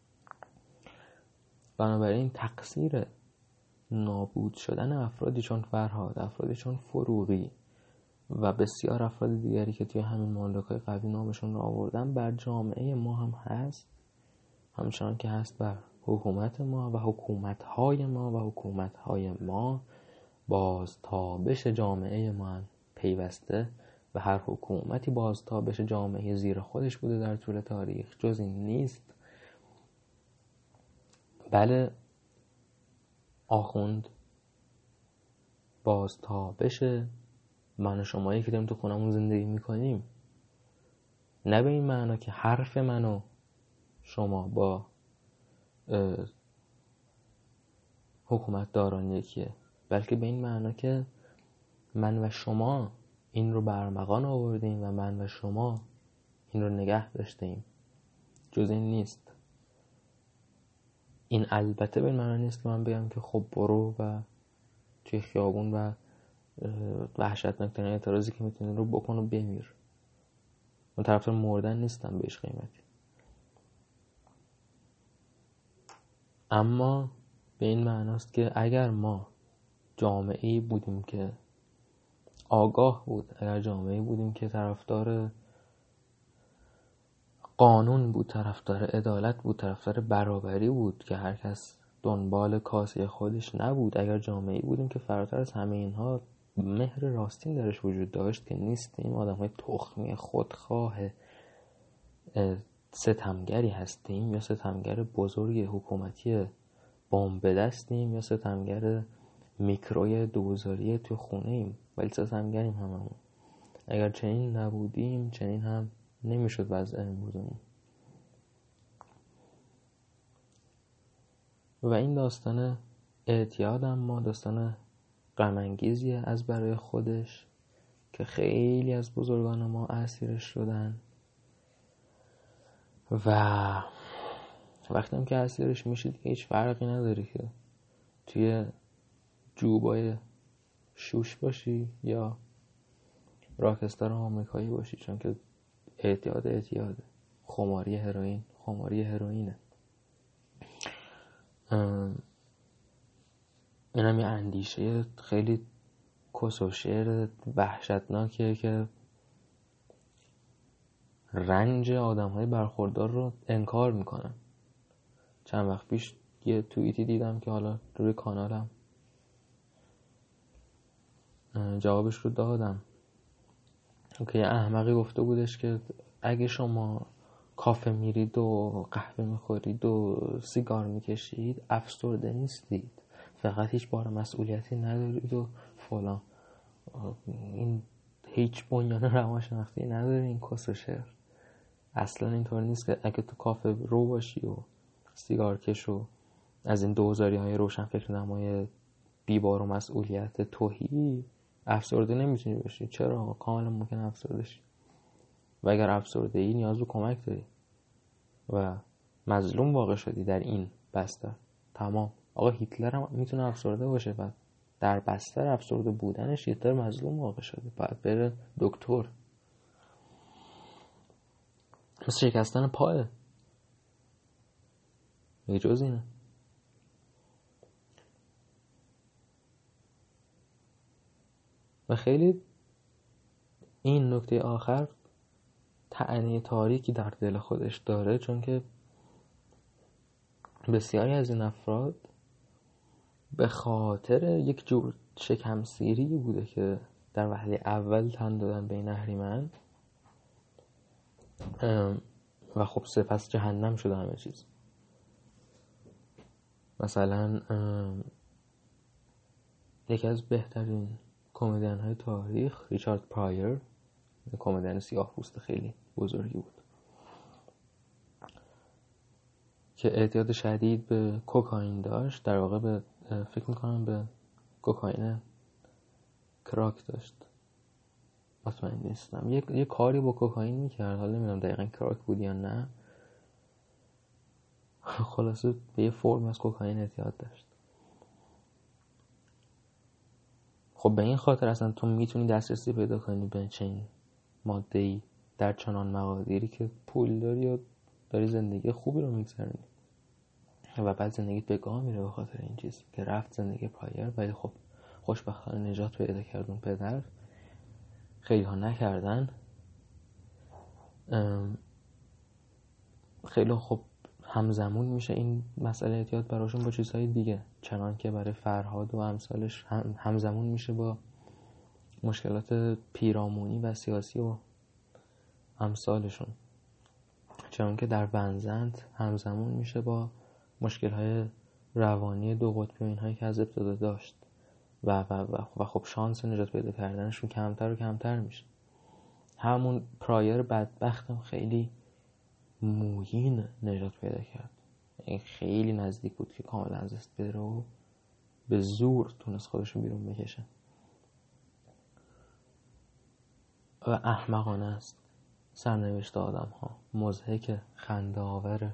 بنابراین تقصیر نابود شدن افرادی چون فرهاد، افرادی چون فروغی و بسیار افراد دیگری که توی همین مالک‌های قبلی نامشون رو آوردن بر جامعه ما هم هست، همچنان که هست بر حکومت ما و حکومت‌های ما و حکومت‌های ما بازتابش جامعه ما هم پیوسته و هر حکومتی بازتابش جامعه زیر خودش بوده در طول تاریخ. جز این نیست. بله، آخوند بازتابش من و شمایی که داریم تو خونمون زندگی میکنیم، نه به این معنا که حرف من و شما با حکومت داران یکیه، بلکه به این معنا که من و شما این رو برمغان آوردیم و من و شما این رو نگه داشتیم. جز این نیست. این البته به این معنا نیست که من بگم که خب برو و توی خیابون و وحشتناکترین اعتراضی که میتونی رو بکن و بمیر. من طرفدار مردن نیستم به هیچ قیمتی، اما به این معناست که اگر ما جامعه‌ای بودیم که آگاه بود، اگر جامعه‌ای بودیم که طرفدار قانون بود، طرفدار عدالت بود، طرفدار برابری بود، که هر کس دنبال کاسه خودش نبود، اگر جامعه‌ای بودیم که فراتر از همه اینها مهر راستین درش وجود داشت، که نیستیم، آدم‌های تخمی خودخواه ستمگری هستیم یا ستمگر بزرگ حکومتی بمب به دستیم یا ستمگر میکروی دوزاری تو خونه ایم، ولی ستمگریم هممون. اگر چنین نبودیم چنین هم نمیشد وضع امروزمون. و این داستان اعتیاد اما داستان غم‌انگیزیه از برای خودش که خیلی از بزرگان ما اسیرش شدن و وقتی هم که اسیرش میشید که هیچ فرقی نداره که توی جوبای شوش باشی یا راکستار آمریکایی باشی، چون که اعتیاده. خماری هروئینه. این هم یه اندیشه خیلی کس و شعر وحشتناکیه که رنج آدم‌های برخوردار رو انکار میکنن. چند وقت پیش یه توییتی دیدم که حالا روی کانالم جوابش رو دادم که یه احمقی گفته بودش که اگه شما کافه میرید و قهوه میخورید و سیگار میکشید افسرده نیستید، فقط هیچ بار مسئولیتی ندارید و فلان. این هیچ بنیان روانشناختی نداره این کس و شعر. اصلا اینطور نیست که اگه تو کافه رو باشی و سیگار کش و از این دوزاری های روشن فکر نمای بیبار و مسئولیت توهی افسرده نمیتونی باشی. چرا؟ کاملا ممکن افسرده شی و اگر افسرده ای نیاز به کمک داری و مظلوم واقع شدی در این بستر. تمام. آقا هیتلر هم میتونه افسرده باشه و در بستر افسرده بودنش هیتلر مظلوم واقع شده، باید بره دکتر. مثل شکستن پاه یه جز اینه. و خیلی این نکته آخر طعنه تاریکی در دل خودش داره، چون که بسیاری از این افراد به خاطر یک جور شکمسیری بوده که در وهله اول تن دادن به این اهریمن و خب سپس جهنم شده همه چیز. مثلا یکی از بهترین کمدین های تاریخ ریچارد پرایر، کمدین سیاه پوست خیلی بزرگی بود که اعتیاد شدید به کوکائین داشت. در واقع به فکر میکنم به کوکائین کراک داشت، مطمئن نیستم. یه کاری با کوکائین میکرد، حالا نمیدونم دقیقا کراک بود یا نه. خلاصه به یه فرم از کوکائین اعتیاد داشت. خب به این خاطر اصلا تو میتونی دسترسی پیدا کنی به چنین ماده‌ای در چنان مقادیری که پول داری و داری زندگی خوبی رو میگذرونی و بعد زندگیت به گاه میره به خاطر این چیز که رفت زندگی پایر. ولی خب خوشبختانه نجات پیدا کرد اون پدر. خیلی ها نکردن. خیلی خب همزمان میشه این مسئله اعتیاد براشون با چیزهای دیگه، چنان که برای فرهاد و امثالش همزمان میشه با مشکلات پیرامونی و سیاسی و امثالشون، چنان که در بنزند همزمان میشه با مشکلهای روانی دو قطبی و اینهایی که از ابتدا داشت و خب شانس نجات پیدا کردنشون کمتر و کمتر میشه. همون پرایر بدبختم خیلی موهین نجات پیدا کرد، این خیلی نزدیک بود که کاملا از دست بره و به زور تونست خودشون بیرون بکشه و احمقانه است سرنوشت آدم ها، مضحک، خنده آوره.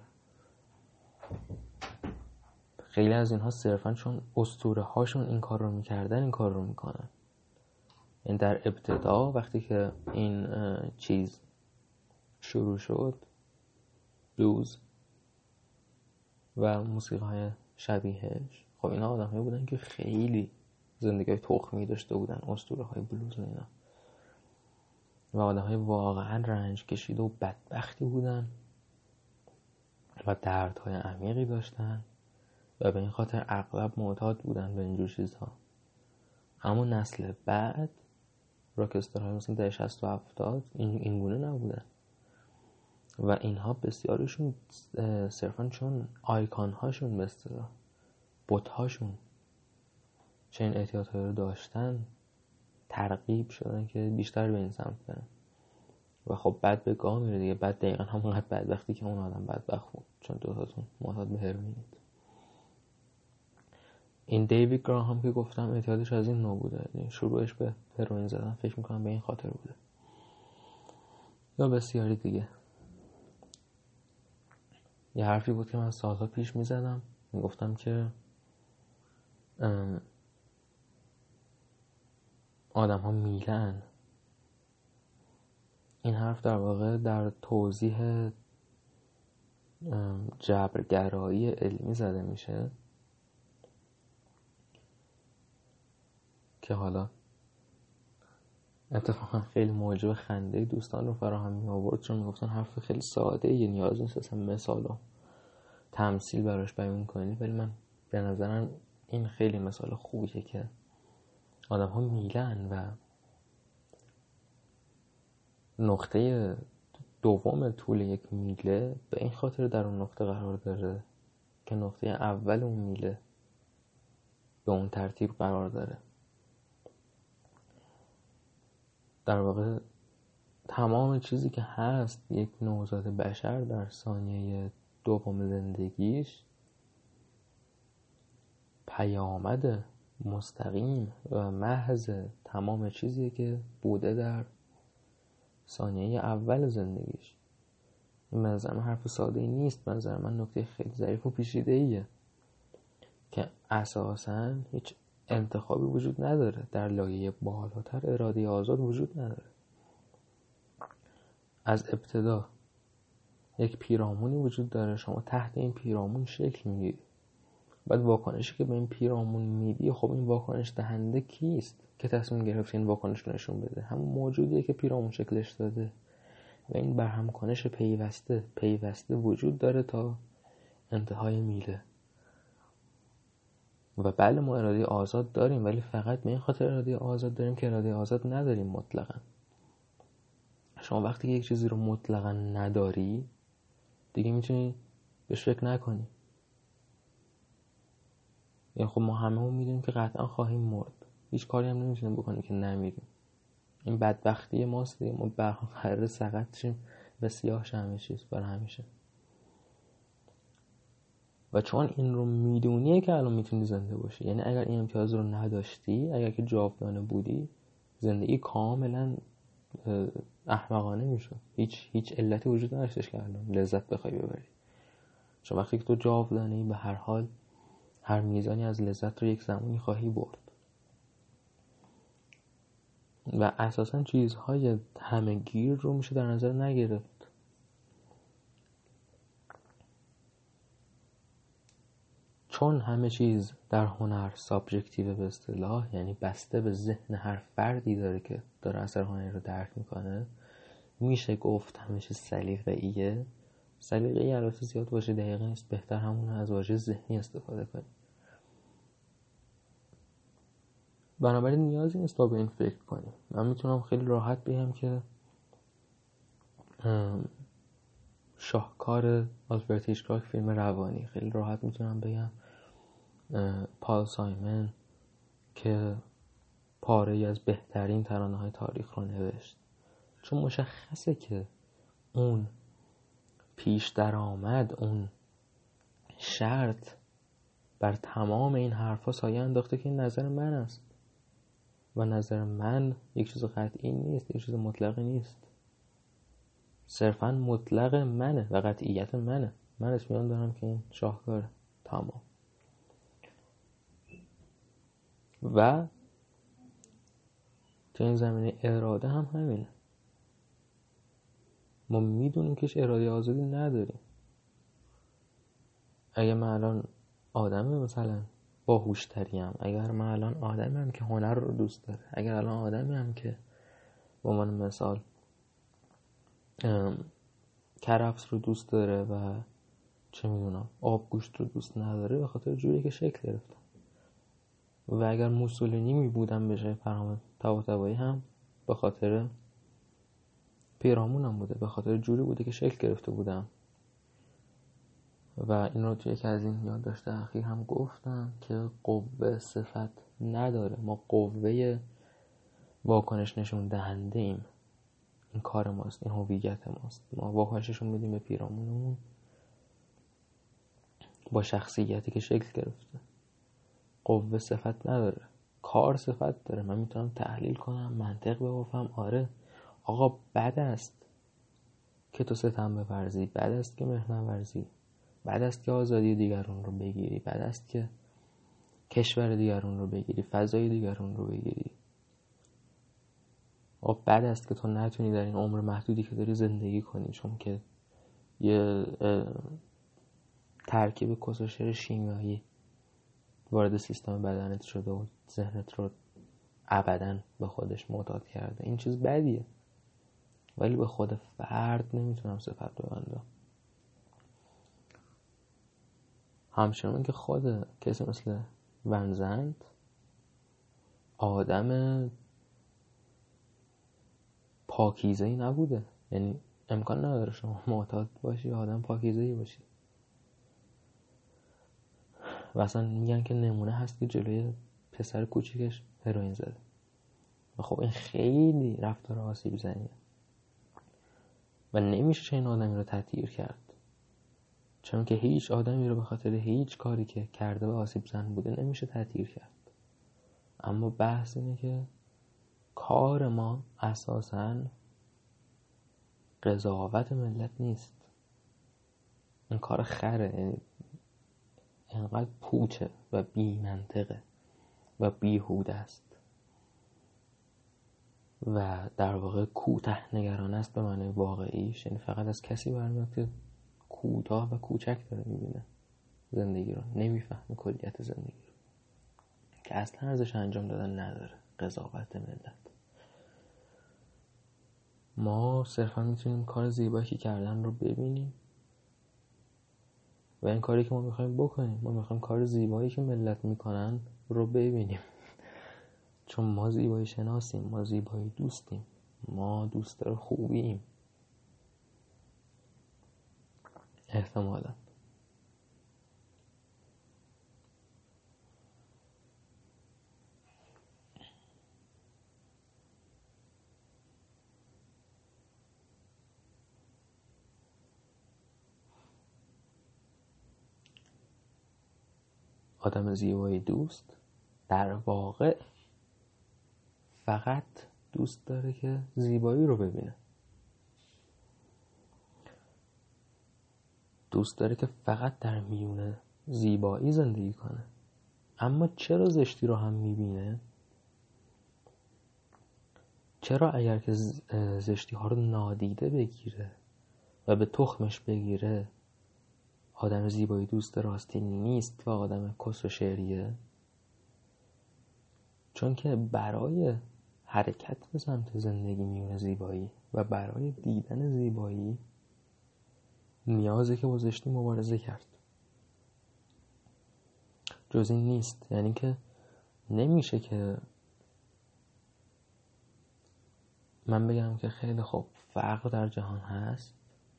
خیلی از اینها صرفا چون اسطوره هاشون این کار رو میکردن این کار رو میکنن. این در ابتدا وقتی که این چیز شروع شد، بلوز و موسیقی های شبیهش، خب اینا آدم هایی بودن که خیلی زندگی تخمی داشته بودن، اسطوره های بلوز و اینا، و آدم های واقعا رنج کشیده و بدبختی بودن و دردهای عمیقی داشتن و به این خاطر اغلب معتاد بودن به اینجور چیزها. اما نسل بعد راکسترهای مثل دهه 60 و 70 این گونه نبودن و اینها بسیارشون صرفا چون آیکان هاشون به اصطلاح بت هاشون چه این اعتیادهای رو داشتن ترغیب شدن که بیشتر به این سمت برن و خب بعد به گاه میره دیگه. بعد دقیقا همونقدر بدبختی که اون آدم بدبخت بود چون دوتاتون معتاد به هروئینید. این دیوید گراهام که گفتم اعتیادش از این نوع بوده، یعنی شروعش به هروئین زدن فکر میکنم به این خاطر بوده یا بسیاری دیگه. یه حرفی بود که من سالها پیش میزدم، میگفتم که آدم ها میلن. این حرف در واقع در توضیح جبرگرایی علمی زده میشه که حالا اتفاقا خیلی موجب خنده دوستان رو فراهم می آورد، چون میگفتن حرف خیلی ساده یه نیاز نیست اصلا مثال و تمثیل براش بیان کنی، ولی من به نظرم این خیلی مثال خوبیه که آدم ها میلن و نقطه دوم طول یک میله به این خاطر در اون نقطه قرار داره که نقطه اول اون میله به اون ترتیب قرار داره. در واقع تمام چیزی که هست یک نوزاد بشر در ثانیه دوم زندگیش پیامد مستقیم و محض تمام چیزیه که بوده در ثانیه اول زندگیش. این منظر من حرف ساده ای نیست، منظر من نکته خیلی ظریف و پیچیده ایه که اساساً هیچ انتخابی وجود نداره، در لایه بالاتر اراده آزاد وجود نداره. از ابتدا یک پیرامونی وجود داره، شما تحت این پیرامون شکل میگیری، بعد واکنشی که به این پیرامون میدی، خب این واکنش دهنده کیست که تصمیم گرفت این واکنش رو نشون بده؟ همون موجودیه که پیرامون شکلش داده و این برهم کنش پیوسته وجود داره تا انتهای میله. و بله ما اراده آزاد داریم، ولی فقط به این خاطر اراده آزاد داریم که اراده آزاد نداریم مطلقاً. شما وقتی یک چیزی رو مطلقاً نداری دیگه میتونی بهش فکر نکنی. یعنی خب ما هممون میدونیم که قطعا خواهیم مرد، هیچ کاری هم نمیتونیم بکنیم که نمیریم. این بدبختی ماست دیگه، ما قراره سقط شیم و سیاه شه همه چیز برای همیشه. و چون این رو میدونیه که الان میتونی زنده باشی، یعنی اگر این امتیاز رو نداشتی، اگر که جاودانه بودی، زندگی کاملا احمقانه میشد، هیچ علتی وجود نداشتش که الان لذت بخوای ببری. چون وقتی که تو جاودانه‌ای به هر حال هر میزانی از لذت رو یک زمانی خواهی برد و اساساً چیزهای همه گیر رو میشه در نظر چون همه چیز در هنر سابجکتیو به اصطلاح، یعنی بسته به ذهن هر فردی داره که داره اثر هنری رو درک میکنه، میشه گفت همه چیز سلیقه‌ایه. سلیقه‌ای البته زیاد واژه دقیقی نیست، بهتر همون از واژه ذهنی استفاده کنیم. بنابراین نیازی نیست تا به این فکر کنیم. من میتونم خیلی راحت بگم که شاهکار آلفرد هیچکاک فیلم روانی، خیلی راحت میتونم بگم پال سایمن که پاره‌ای از بهترین ترانه‌های تاریخ رو نوشت، چون مشخصه که اون پیش درآمد، اون شرط بر تمام این حرفا سایه انداخته که این نظر من است و نظر من یک چیز قطعی نیست، یک چیز مطلقی نیست، صرفاً مطلق منه و قطعیت منه. من اطمینان دارم که این شاهکاره. تمام. و تو این زمینه اراده هم همینه. ما میدونیم که اراده آزادی نداریم. اگه من الان آدم مثلا باهوش‌تریم، اگر من الان آدمی هم که هنر رو دوست داره، اگر الان آدمی هم که به عنوان مثال کرفس رو دوست داره و چه میدونم آبگوشت رو دوست نداره، به خاطر جوری که شکل گرفتم. و اگر موسولینی می بودم به جای فرهاد طباطبایی هم به خاطر پیرامونم بوده، به خاطر جوری بوده که شکل گرفته بودم. و این رو توی یکی از این یادداشت اخیر هم گفتم که قوه صفت نداره. ما قوه واکنش نشون دهنده ایم. این کار ماست، این هویت ماست. ما واکنششون میدیم به پیرامونمون با شخصیتی که شکل گرفته. قوه صفت نداره، کار صفت داره. من میتونم تحلیل کنم، منطق ببافم، آره آقا بد است که تو ستم بورزی، بد است که مهر نورزی، بد است که آزادی دیگران رو بگیری، بد است که کشور دیگران رو بگیری، فضای دیگران رو بگیری. آقا بد است که تو نتونی در این عمر محدودی که داری زندگی کنی، چون که یه ترکیب کسوشر شیمیایی وارد سیستم بدنت شده و ذهنت رو ابداً به خودش معتاد کرده. این چیز بدیه، ولی به خود فرد نمیتونم صفت ببندم. همچنان که خود کسی مثل ونزند آدم پاکیزه‌ای نبوده. یعنی امکان نداره شما معتاد باشی آدم پاکیزه‌ای باشی. و اصلا میگن که نمونه هست که جلوی پسر کوچیکش هروئین زده. و خب این خیلی رفتار آسیب زنیه و نمیشه چه این آدمی رو تطهیر کرد، چون که هیچ آدمی رو به خاطر هیچ کاری که کرده و آسیب زن بوده نمیشه تطهیر کرد. اما بحث اینه که کار ما اساساً قضاوت ملت نیست. این کار خره، یعنی اینقدر پوچه و بی منطقه و بیهوده است و در واقع کوته نگران است به معنی واقعیش. یعنی فقط از کسی برمیاد که کوتاه و کوچک داره میبینه زندگی رو، نمیفهمه کلیت زندگی رو، که اصلا ارزش انجام دادن نداره. قضاوت ملت. ما صرفا میتونیم کار زیبایی که کردن رو ببینیم و این کاری که ما میخوایم بکنیم. ما میخوایم کار زیبایی که ملت میکنن رو ببینیم، چون ما زیبایی شناسیم، ما زیبایی دوستیم، ما دوستدار خوبیم. احتمالاً آدم زیبایی دوست در واقع فقط دوست داره که زیبایی رو ببینه. دوست داره که فقط در میون زیبایی زندگی کنه. اما چرا زشتی رو هم میبینه؟ چرا اگر که زشتی ها رو نادیده بگیره و به تخمش بگیره آدم زیبایی دوست راستی نیست و آدم کس و شعریه؟ چون که برای حرکت به سمت زندگی میون زیبایی و برای دیدن زیبایی نیازه که با زشتی مبارزه کرد. جز این نیست. یعنی که نمیشه که من بگم که خیلی خوب فقر در جهان هست،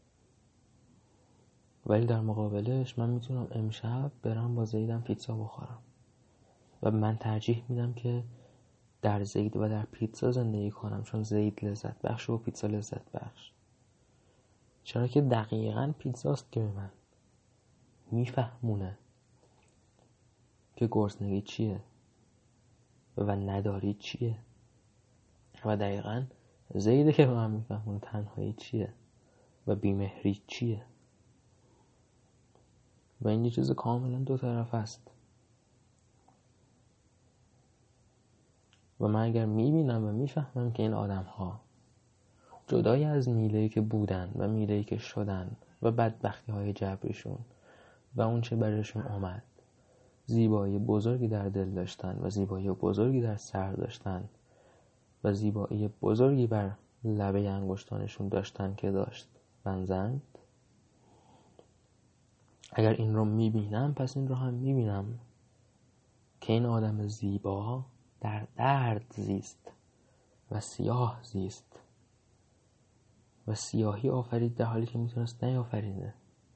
ولی در مقابلش من میتونم امشب برم با زیدم پیتزا بخورم و من ترجیح میدم که در زید و در پیتزا زندگی کنم، چون زید لذت بخش و پیتزا لذت بخش. چرا که دقیقاً پیتزاست که به من میفهمونه که گرسنگی چیه و نداری چیه، و دقیقاً زیده که به من میفهمونه تنهایی چیه و بیمهری چیه. و این یه چیز کاملا دو طرف است. و من اگر میبینم و میفهمم که این آدم ها جدای از میله‌ای که بودن و میله‌ای که شدن و بدبختی های جبریشون و اون چه برایشون آمد، زیبایی بزرگی در دل داشتن و زیبایی بزرگی در سر داشتن و زیبایی بزرگی بر لبه انگشتانشون داشتن که داشت بنزند، اگر این رو میبینم، پس این رو هم میبینم که این آدم زیبا در درد زیست و سیاه زیست و سیاهی آفرید در حالی که میتونست نیافریده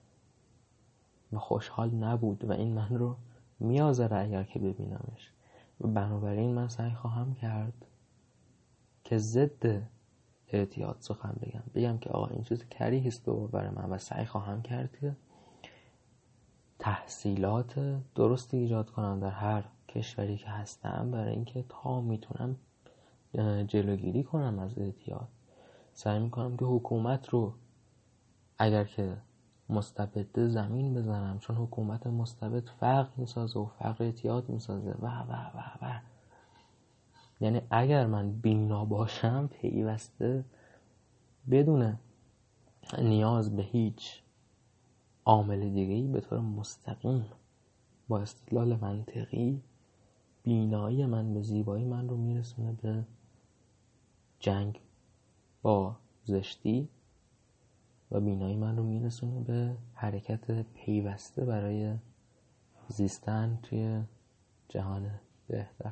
و خوشحال نبود و این من رو میازره اگر که ببینمش. و بنابراین من سعی خواهم کرد که ضد اعتیاد سخن بگم که آقا این چیز کریه است برای من، و سعی خواهم کرد که تحصیلات درستی ایجاد کنم در هر کشوری که هستم برای اینکه تا میتونم جلوگیری کنم از اعتیاد. سعی میکنم که حکومت رو اگر که مستبد زمین بزنم، چون حکومت مستبد فقر میسازه و فقر اعتیاد میسازه و و و و. یعنی اگر من بینا باشم پیوسته بدون نیاز به هیچ عامل دیگه‌ای به طور مستقیم با استدلال منطقی بینایی من به زیبایی من رو میرسونه به جنگ با زشتی و بینایی من رو میرسونه به حرکت پیوسته برای زیستن توی جهان بهتر.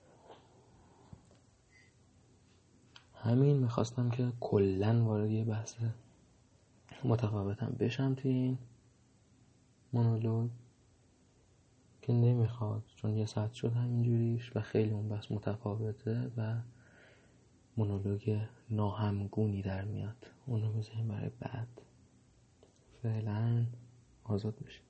همین میخواستم که کلن وارد یه بحث متفاوتم بشم توی این مونولوگ که نمیخواد، چون یه ساعت شد همینجوریش و خیلی اون بحث متفاوته و مونولوگ ناهمگونی در میاد. اون رو میذاریم برای بعد. فعلا آزاد بشید.